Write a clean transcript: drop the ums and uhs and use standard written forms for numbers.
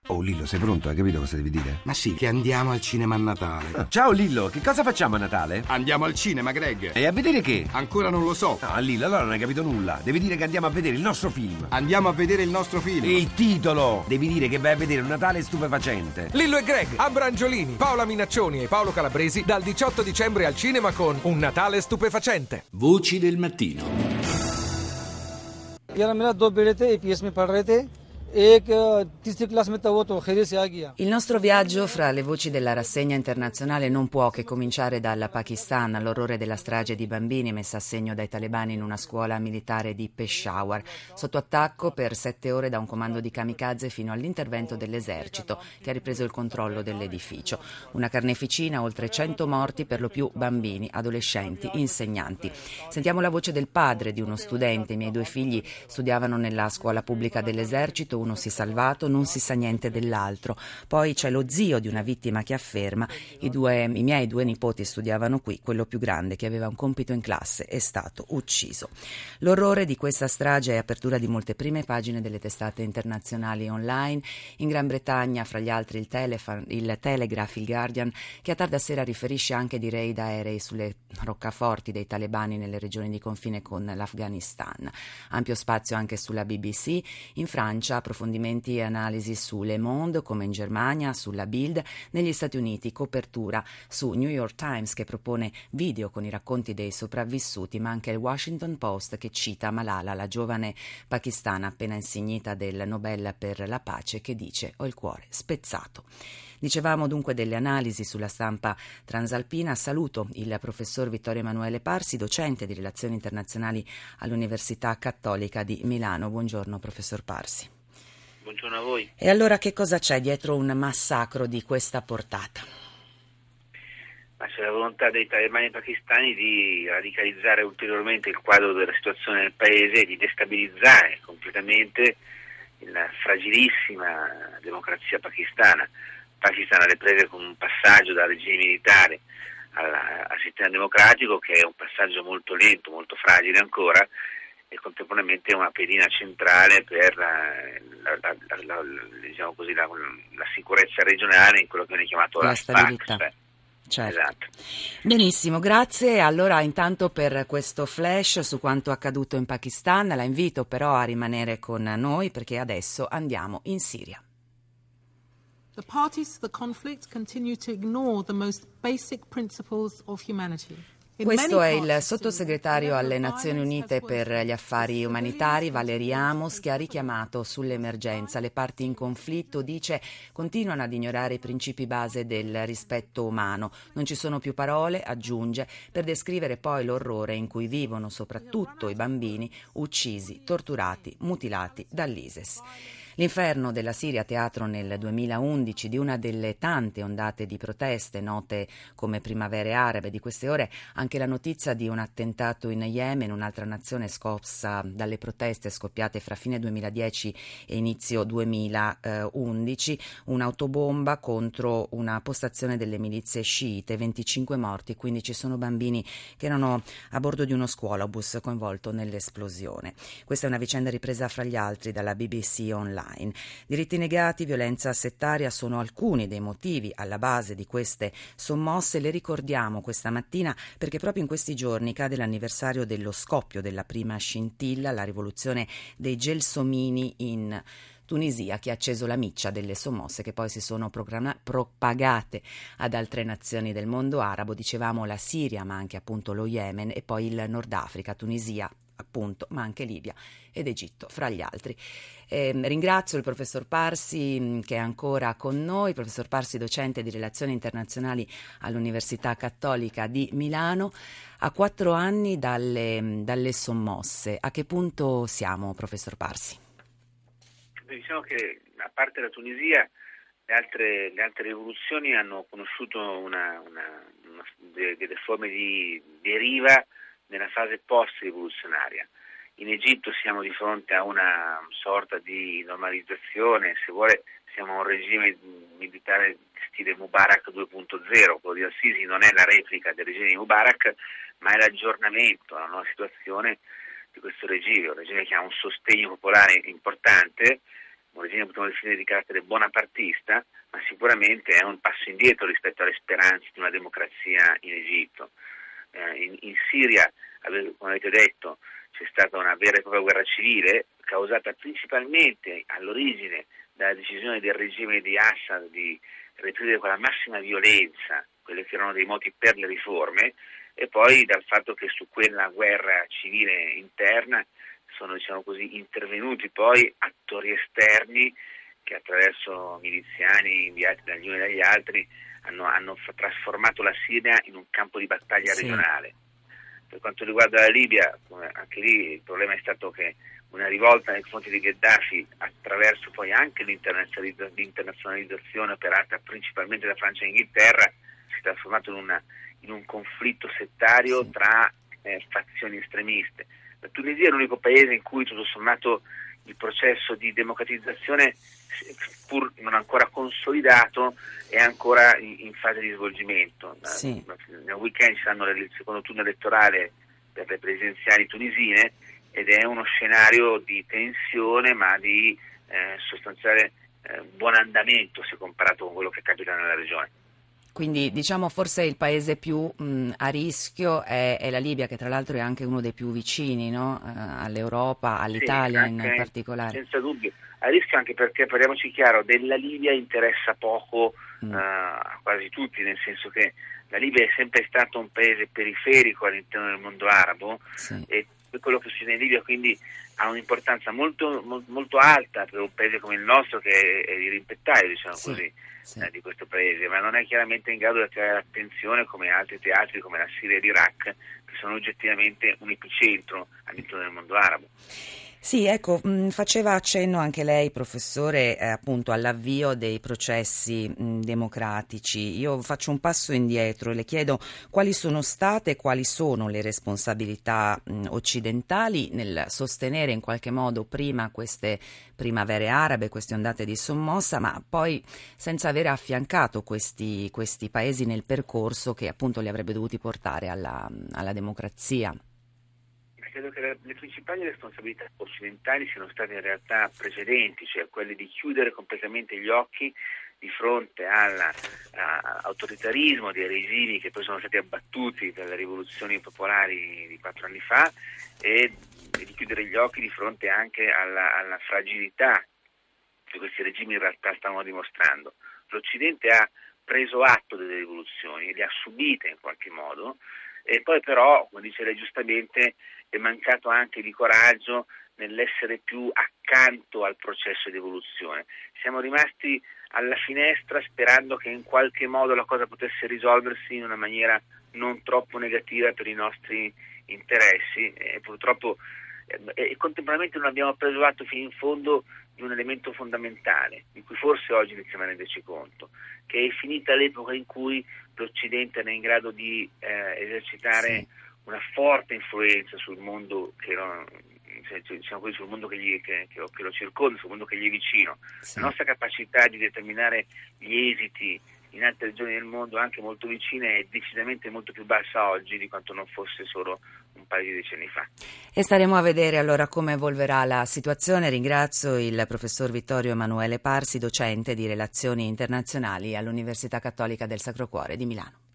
Oh Lillo, sei pronto? Hai capito cosa devi dire? Ma sì, che andiamo al cinema a Natale. Ciao Lillo, che cosa facciamo a Natale? Andiamo al cinema, Greg. E a vedere che? Ancora non lo so. No, Lillo, allora non hai capito nulla. Devi dire che andiamo a vedere il nostro film. Andiamo a vedere il nostro film. Il titolo! Devi dire che vai a vedere un Natale stupefacente. Lillo e Greg, Abrangiolini, Paola Minaccioni e Paolo Calabresi dal 18 dicembre al cinema con Un Natale stupefacente. Voci del mattino. यार मेरा दो बेटे थे एपीएस में पढ़ रहे थे एक तीसरी क्लास में था वो तो खैरियत से आ गया। Il nostro viaggio fra le voci della rassegna internazionale non può che cominciare dal Pakistan, l'orrore della strage di bambini messa a segno dai talebani in una scuola militare di Peshawar, sotto attacco per 7 ore da un comando di kamikaze fino all'intervento dell'esercito che ha ripreso il controllo dell'edificio. Una carneficina, oltre 100 morti, per lo più bambini, adolescenti, insegnanti. Sentiamo la voce del padre di uno studente. I miei 2 figli studiavano nella scuola pubblica dell'esercito, uno si è salvato, non si sa niente dell'altro. Poi c'è lo zio di una vittima che afferma: i miei 2 nipoti studiavano qui, quello più grande che aveva un compito in classe è stato ucciso. L'orrore di questa strage è apertura di molte prime pagine delle testate internazionali online. In Gran Bretagna, fra gli altri, il Telegraph, il Guardian, che a tarda sera riferisce anche di raid aerei sulle roccaforti dei talebani nelle regioni di confine con l'Afghanistan. Ampio spazio anche sulla BBC. In Francia approfondimenti e analisi su Le Monde, come in Germania, sulla Bild. Negli Stati Uniti copertura su New York Times, che propone video con i racconti dei sopravvissuti, ma anche il Washington Post che cita Malala, la giovane pakistana appena insignita del Nobel per la pace, che dice: ho il cuore spezzato. Dicevamo dunque delle analisi sulla stampa transalpina. Saluto il professor Vittorio Emanuele Parsi, docente di relazioni internazionali all'Università Cattolica di Milano. Buongiorno professor Parsi. Buongiorno a voi. E allora che cosa c'è dietro un massacro di questa portata? Ma c'è la volontà dei talebani pakistani di radicalizzare ulteriormente il quadro della situazione nel paese e di destabilizzare completamente la fragilissima democrazia pakistana. Pakistan alle prese con un passaggio dal regime militare al sistema democratico, che è un passaggio molto lento, molto fragile ancora, e contemporaneamente una pedina centrale per diciamo così, la sicurezza regionale in quello che viene chiamato la stabilità. Certo. Esatto. Benissimo, grazie. Allora, intanto per questo flash su quanto accaduto in Pakistan, la invito però a rimanere con noi, perché adesso andiamo in Siria. The parties to the conflict continue to ignore the most basic principles of humanity. Questo è il sottosegretario alle Nazioni Unite per gli affari umanitari, Valery Amos, che ha richiamato sull'emergenza. Le parti in conflitto, dice, continuano ad ignorare i principi base del rispetto umano. Non ci sono più parole, aggiunge, per descrivere poi l'orrore in cui vivono soprattutto i bambini uccisi, torturati, mutilati dall'ISIS. L'inferno della Siria, teatro nel 2011 di una delle tante ondate di proteste note come primavere arabe. Di queste ore anche la notizia di un attentato in Yemen, un'altra nazione scossa dalle proteste scoppiate fra fine 2010 e inizio 2011, un'autobomba contro una postazione delle milizie sciite, 25 morti, 15 sono bambini che erano a bordo di uno scuolabus coinvolto nell'esplosione. Questa è una vicenda ripresa fra gli altri dalla BBC Online. Diritti negati, violenza settaria sono alcuni dei motivi alla base di queste sommosse. Le ricordiamo questa mattina perché proprio in questi giorni cade l'anniversario dello scoppio della prima scintilla, la rivoluzione dei gelsomini in Tunisia, che ha acceso la miccia delle sommosse che poi si sono propagate ad altre nazioni del mondo arabo. Dicevamo la Siria, ma anche appunto lo Yemen e poi il Nord Africa, Tunisia appunto, ma anche Libia ed Egitto fra gli altri. Ringrazio il professor Parsi che è ancora con noi, professor Parsi, docente di relazioni internazionali all'Università Cattolica di Milano. A 4 anni dalle sommosse, a che punto siamo, professor Parsi? Diciamo che a parte la Tunisia, le altre rivoluzioni hanno conosciuto delle forme di deriva nella fase post-rivoluzionaria. In Egitto siamo di fronte a una sorta di normalizzazione, se vuole siamo a un regime militare stile Mubarak 2.0, quello di Al-Sisi non è la replica del regime di Mubarak, ma è l'aggiornamento alla nuova situazione di questo regime, un regime che ha un sostegno popolare importante, un regime che potremmo definire di carattere bonapartista, ma sicuramente è un passo indietro rispetto alle speranze di una democrazia in Egitto. In Siria, come avete detto, c'è stata una vera e propria guerra civile causata principalmente all'origine dalla decisione del regime di Assad di reprimere con la massima violenza quelli che erano dei moti per le riforme, e poi dal fatto che su quella guerra civile interna sono, diciamo così, intervenuti poi attori esterni che attraverso miliziani inviati dagli uni e dagli altri hanno trasformato la Siria in un campo di battaglia regionale. Per quanto riguarda la Libia, anche lì il problema è stato che una rivolta nei confronti di Gheddafi, attraverso poi anche l'internazionalizzazione operata principalmente da Francia e Inghilterra, si è trasformato in un conflitto settario tra fazioni estremiste. La Tunisia è l'unico paese in cui tutto sommato il processo di democratizzazione, pur non ancora consolidato, è ancora in fase di svolgimento. Sì. Nel weekend ci saranno il secondo turno elettorale per le presidenziali tunisine ed è uno scenario di tensione ma di sostanziale buon andamento se comparato con quello che capita nella regione. Quindi diciamo forse il paese più a rischio è la Libia, che tra l'altro è anche uno dei più vicini, no? All'Europa, all'Italia sì, in particolare. Senza dubbio, a rischio anche perché, parliamoci chiaro, della Libia interessa poco a quasi tutti, nel senso che la Libia è sempre stato un paese periferico all'interno del mondo arabo, sì. E quello che succede in Libia quindi ha un'importanza molto, molto alta per un paese come il nostro, che è di rimpettaio, diciamo sì. così. Sì. Di questo paese, ma non è chiaramente in grado di attirare l'attenzione come altri teatri come la Siria e l'Iraq, che sono oggettivamente un epicentro all'interno del mondo arabo. Sì, ecco, faceva accenno anche lei, professore, appunto all'avvio dei processi democratici. Io faccio un passo indietro e le chiedo quali sono state e quali sono le responsabilità occidentali nel sostenere in qualche modo prima queste primavere arabe, queste ondate di sommossa, ma poi senza avere affiancato questi paesi nel percorso che appunto li avrebbe dovuti portare alla democrazia. Credo che le principali responsabilità occidentali siano state in realtà precedenti, cioè quelle di chiudere completamente gli occhi di fronte all'autoritarismo dei regimi che poi sono stati abbattuti dalle rivoluzioni popolari di 4 anni fa, e di chiudere gli occhi di fronte anche alla fragilità che questi regimi in realtà stavano dimostrando. L'Occidente ha preso atto delle rivoluzioni, le ha subite in qualche modo, e poi però, come dice lei giustamente, è mancato anche di coraggio nell'essere più accanto al processo di evoluzione. Siamo rimasti alla finestra sperando che in qualche modo la cosa potesse risolversi in una maniera non troppo negativa per i nostri interessi, e purtroppo contemporaneamente non abbiamo preso atto fino in fondo di un elemento fondamentale, di cui forse oggi iniziamo a renderci conto, che è finita l'epoca in cui l'Occidente era in grado di esercitare una forte influenza sul mondo diciamo così, sul mondo che lo circonda, sul mondo che gli è vicino. Sì. La nostra capacità di determinare gli esiti in altre regioni del mondo, anche molto vicine, è decisamente molto più bassa oggi di quanto non fosse solo un paio di decenni fa. E staremo a vedere allora come evolverà la situazione. Ringrazio il professor Vittorio Emanuele Parsi, docente di Relazioni Internazionali all'Università Cattolica del Sacro Cuore di Milano.